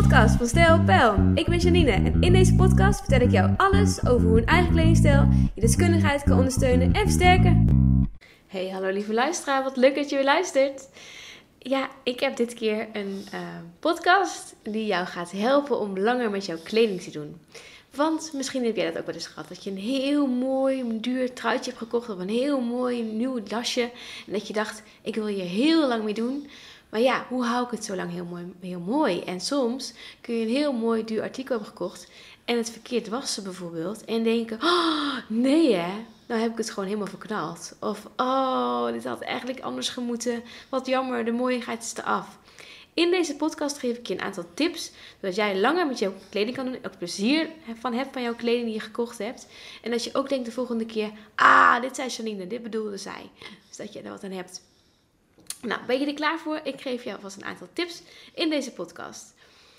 podcast van Stijl Pijl. Ik ben Janine en in deze podcast vertel ik jou alles over hoe een eigen kledingstijl je deskundigheid kan ondersteunen en versterken. Hey, hallo lieve luisteraar, wat leuk dat je weer luistert. Ja, ik heb dit keer een podcast die jou gaat helpen om langer met jouw kleding te doen. Want misschien heb jij dat ook wel eens gehad, dat je een heel mooi duur truitje hebt gekocht of een heel mooi nieuw dasje. En dat je dacht, ik wil hier heel lang mee doen. Maar ja, hoe hou ik het zo lang heel mooi? En soms kun je een heel mooi duur artikel hebben gekocht en het verkeerd wassen bijvoorbeeld. En denken, oh nee hè, nou heb ik het gewoon helemaal verknald. Of, oh, dit had eigenlijk anders gemoeten. Wat jammer, de mooiheid is eraf. In deze podcast geef ik je een aantal tips, zodat jij langer met jouw kleding kan doen en ook plezier hebt van jouw kleding die je gekocht hebt. En dat je ook denkt de volgende keer, dit zei Janine, dit bedoelde zij. Dus dat je er wat aan hebt. Nou, ben je er klaar voor? Ik geef je alvast een aantal tips in deze podcast.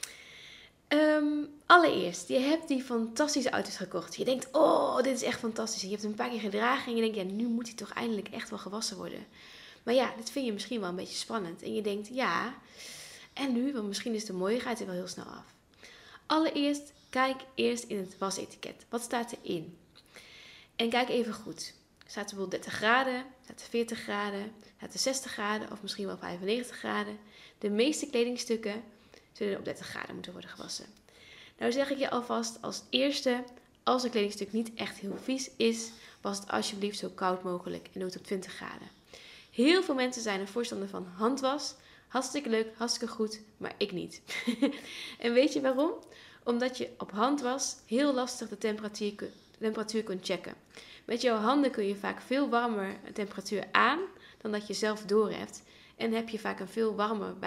Allereerst, je hebt die fantastische auto's gekocht. Je denkt, oh, dit is echt fantastisch. Je hebt hem een paar keer gedragen en je denkt, ja, nu moet hij toch eindelijk echt wel gewassen worden. Maar ja, dit vind je misschien wel een beetje spannend. En je denkt, ja, en nu? Want misschien is de mooiheid er wel heel snel af. Allereerst, kijk eerst in het wasetiket. Wat staat erin? En kijk even goed. Staat er bijvoorbeeld 30 graden, staat er 40 graden, staat er 60 graden of misschien wel 95 graden. De meeste kledingstukken zullen op 30 graden moeten worden gewassen. Nou zeg ik je alvast als eerste, als een kledingstuk niet echt heel vies is, was het alsjeblieft zo koud mogelijk en doe het op 20 graden. Heel veel mensen zijn een voorstander van handwas. Hartstikke leuk, hartstikke goed, maar ik niet. En weet je waarom? Omdat je op handwas heel lastig de temperatuur kunt checken. Met jouw handen kun je vaak veel warmer temperatuur aan dan dat je zelf doorhebt. En heb je vaak een veel warmer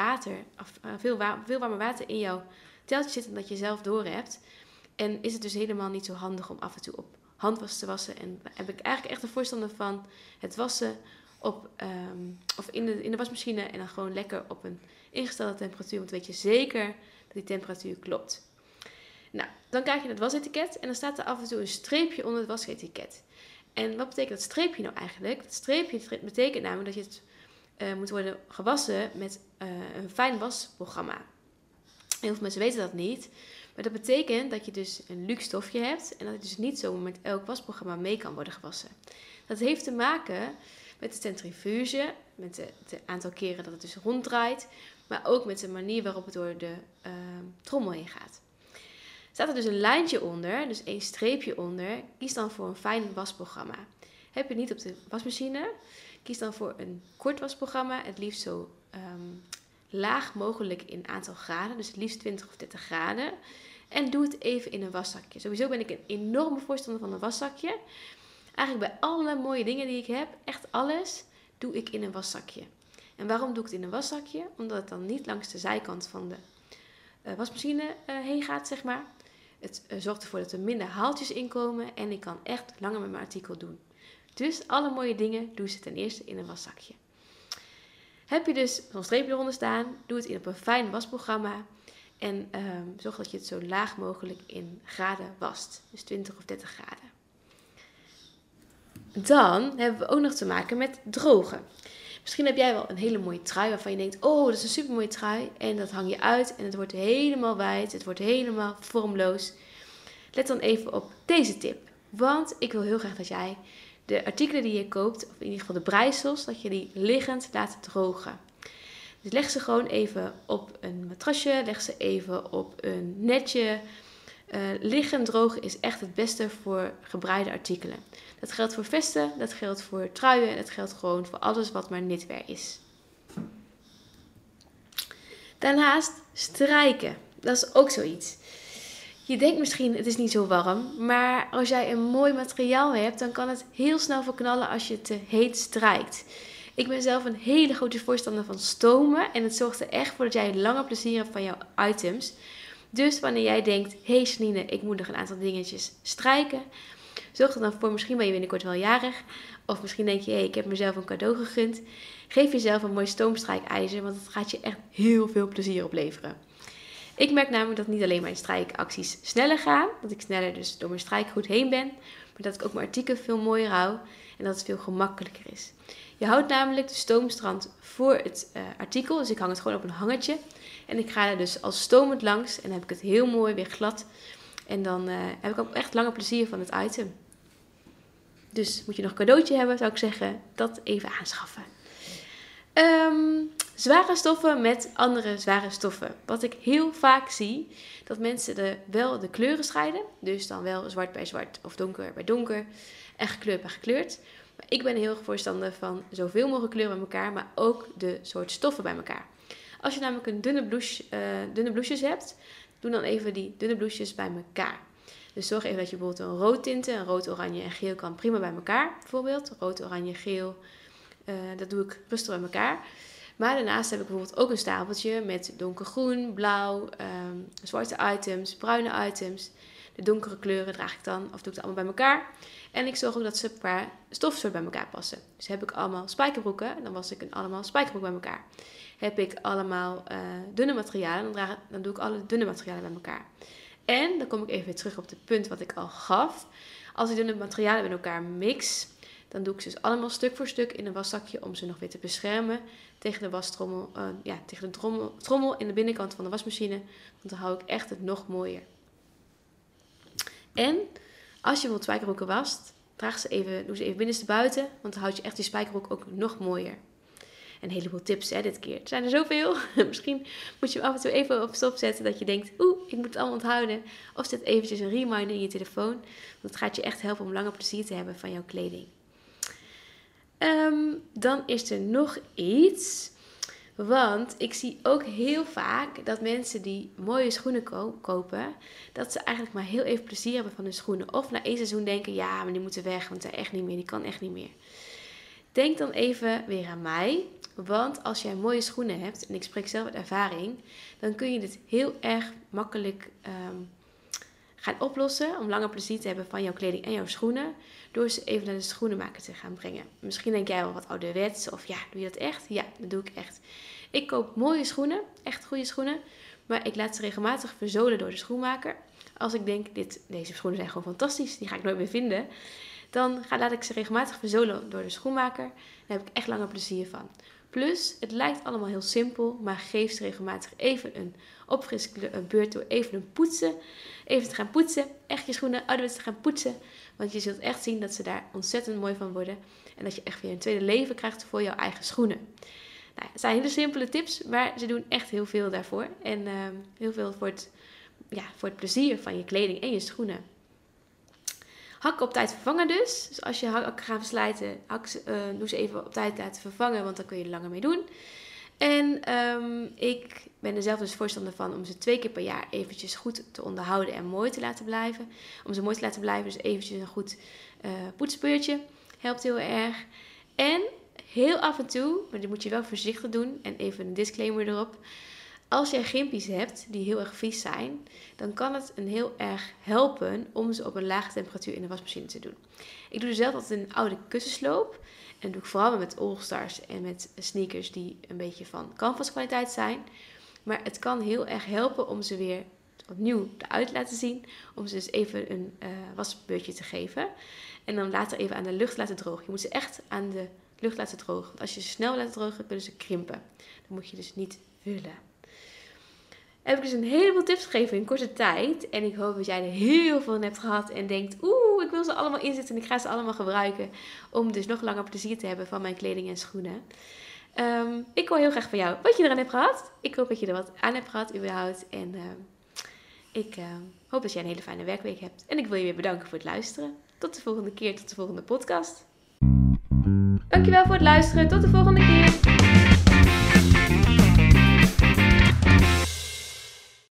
water in jouw teltje zitten dan dat je zelf doorhebt. En is het dus helemaal niet zo handig om af en toe op handwas te wassen. En heb ik eigenlijk echt een voorstander van het wassen in de wasmachine en dan gewoon lekker op een ingestelde temperatuur. Want dan weet je zeker dat die temperatuur klopt. Nou, dan kijk je naar het wasetiket en dan staat er af en toe een streepje onder het wasetiket. En wat betekent dat streepje nou eigenlijk? Dat streepje betekent namelijk dat je het moet worden gewassen met een fijn wasprogramma. Heel veel mensen weten dat niet. Maar dat betekent dat je dus een luxe stofje hebt en dat het dus niet zo met elk wasprogramma mee kan worden gewassen. Dat heeft te maken met de centrifuge, met het aantal keren dat het dus ronddraait, maar ook met de manier waarop het door de trommel heen gaat. Staat er dus een lijntje onder, dus één streepje onder, kies dan voor een fijn wasprogramma. Heb je het niet op de wasmachine, kies dan voor een kort wasprogramma, het liefst zo laag mogelijk in aantal graden, dus het liefst 20 of 30 graden. En doe het even in een waszakje. Sowieso ben ik een enorme voorstander van een waszakje. Eigenlijk bij alle mooie dingen die ik heb, echt alles, doe ik in een waszakje. En waarom doe ik het in een waszakje? Omdat het dan niet langs de zijkant van de wasmachine heen gaat, zeg maar. Het zorgt ervoor dat er minder haaltjes inkomen en ik kan echt langer met mijn artikel doen. Dus alle mooie dingen doe ze ten eerste in een waszakje. Heb je dus zo'n streepje eronder staan, doe het op een fijn wasprogramma. En zorg dat je het zo laag mogelijk in graden wast. Dus 20 of 30 graden. Dan hebben we ook nog te maken met drogen. Misschien heb jij wel een hele mooie trui waarvan je denkt, oh, dat is een super mooie trui. En dat hang je uit en het wordt helemaal wijd, het wordt helemaal vormloos. Let dan even op deze tip. Want ik wil heel graag dat jij de artikelen die je koopt, of in ieder geval de breisels, dat je die liggend laat drogen. Dus leg ze gewoon even op een matrasje, leg ze even op een netje. Liggend drogen is echt het beste voor gebreide artikelen. Dat geldt voor vesten, dat geldt voor truien en dat geldt gewoon voor alles wat maar knitwear is. Daarnaast strijken. Dat is ook zoiets. Je denkt misschien het is niet zo warm, maar als jij een mooi materiaal hebt, dan kan het heel snel verknallen als je te heet strijkt. Ik ben zelf een hele grote voorstander van stomen en het zorgt er echt voor dat jij langer plezier hebt van jouw items. Dus wanneer jij denkt, hey Janine, ik moet nog een aantal dingetjes strijken, zorg er dan voor, misschien ben je binnenkort wel jarig, of misschien denk je, hey, ik heb mezelf een cadeau gegund. Geef jezelf een mooi stoomstrijkijzer, want het gaat je echt heel veel plezier opleveren. Ik merk namelijk dat niet alleen mijn strijkacties sneller gaan, dat ik sneller dus door mijn strijkgoed heen ben, maar dat ik ook mijn artikel veel mooier hou. En dat het veel gemakkelijker is. Je houdt namelijk de stoomstrand voor het artikel. Dus ik hang het gewoon op een hangertje. En ik ga er dus als stomend langs. En dan heb ik het heel mooi weer glad. En dan heb ik ook echt langer plezier van het item. Dus moet je nog een cadeautje hebben, zou ik zeggen, dat even aanschaffen. Zware stoffen met andere zware stoffen. Wat ik heel vaak zie, dat mensen wel de kleuren scheiden. Dus dan wel zwart bij zwart of donker bij donker. En gekleurd bij gekleurd. Maar ik ben heel erg voorstander van zoveel mogelijk kleuren bij elkaar, maar ook de soort stoffen bij elkaar. Als je namelijk een dunne blouses hebt, doe dan even die dunne blouses bij elkaar. Dus zorg even dat je bijvoorbeeld een rood tinten, een rood, oranje en geel kan prima bij elkaar. Bijvoorbeeld rood, oranje, geel. Dat doe ik rustig bij elkaar. Maar daarnaast heb ik bijvoorbeeld ook een stapeltje met donkergroen, blauw, zwarte items, bruine items. De donkere kleuren draag ik dan, of doe ik dat allemaal bij elkaar. En ik zorg ook dat ze qua stofsoort bij elkaar passen. Dus heb ik allemaal spijkerbroeken, dan was ik allemaal spijkerbroek bij elkaar. Heb ik allemaal dunne materialen, dan doe ik alle dunne materialen bij elkaar. En dan kom ik even weer terug op het punt wat ik al gaf. Als ik dunne materialen bij elkaar mix, dan doe ik ze dus allemaal stuk voor stuk in een waszakje om ze nog weer te beschermen tegen de wastrommel, tegen de trommel in de binnenkant van de wasmachine. Want dan hou ik echt het nog mooier. En als je bijvoorbeeld spijkerbroeken wast, doe ze even binnenstebuiten, want dan houd je echt die spijkerbroek ook nog mooier. Een heleboel tips dit keer. Er zijn er zoveel. Misschien moet je hem af en toe even op stop zetten dat je denkt, ik moet het allemaal onthouden. Of zet eventjes een reminder in je telefoon. Want het gaat je echt helpen om langer plezier te hebben van jouw kleding. Dan is er nog iets. Want ik zie ook heel vaak dat mensen die mooie schoenen kopen, dat ze eigenlijk maar heel even plezier hebben van hun schoenen. Of na 1 seizoen denken, ja, maar die moeten weg, want die kan echt niet meer. Denk dan even weer aan mij. Want als jij mooie schoenen hebt, en ik spreek zelf uit ervaring, dan kun je dit heel erg makkelijk gaan oplossen om langer plezier te hebben van jouw kleding en jouw schoenen, door ze even naar de schoenenmaker te gaan brengen. Misschien denk jij wel wat ouderwets, of doe je dat echt? Ja, dat doe ik echt. Ik koop mooie schoenen, echt goede schoenen, maar ik laat ze regelmatig verzolen door de schoenmaker. Als ik denk, deze schoenen zijn gewoon fantastisch, die ga ik nooit meer vinden, dan laat ik ze regelmatig verzolen door de schoenmaker. Daar heb ik echt langer plezier van. Plus, het lijkt allemaal heel simpel, maar geef ze regelmatig even een opfrisbeurt door even te gaan poetsen. Echt je schoenen ouderwets te gaan poetsen. Want je zult echt zien dat ze daar ontzettend mooi van worden. En dat je echt weer een tweede leven krijgt voor jouw eigen schoenen. Nou, het zijn hele simpele tips, maar ze doen echt heel veel daarvoor. En heel veel voor het plezier van je kleding en je schoenen. Hakken op tijd vervangen dus. Dus als je hakken gaat verslijten, doe ze even op tijd laten vervangen, want dan kun je er langer mee doen. En ik ben er zelf dus voorstander van om ze 2 keer per jaar eventjes goed te onderhouden en mooi te laten blijven. Om ze mooi te laten blijven, dus eventjes een goed poetsbeurtje helpt heel erg. En heel af en toe, maar dit moet je wel voorzichtig doen en even een disclaimer erop. Als jij gimpies hebt die heel erg vies zijn, dan kan het heel erg helpen om ze op een lage temperatuur in de wasmachine te doen. Ik doe er zelf altijd een oude kussensloop. En dat doe ik vooral met All-Stars en met sneakers die een beetje van canvas kwaliteit zijn. Maar het kan heel erg helpen om ze weer opnieuw eruit te laten zien. Om ze dus even een wasbeurtje te geven. En dan later even aan de lucht laten drogen. Je moet ze echt aan de lucht laten drogen. Want als je ze snel laat drogen, kunnen ze krimpen. Dan moet je dus niet vullen. Heb ik dus een heleboel tips gegeven in korte tijd. En ik hoop dat jij er heel veel van hebt gehad. En denkt, ik wil ze allemaal inzetten en ik ga ze allemaal gebruiken. Om dus nog langer plezier te hebben van mijn kleding en schoenen. Ik hoor heel graag van jou wat je eraan hebt gehad. Ik hoop dat je er wat aan hebt gehad überhaupt. En ik hoop dat jij een hele fijne werkweek hebt. En ik wil je weer bedanken voor het luisteren. Tot de volgende keer, tot de volgende podcast. Dankjewel voor het luisteren. Tot de volgende keer.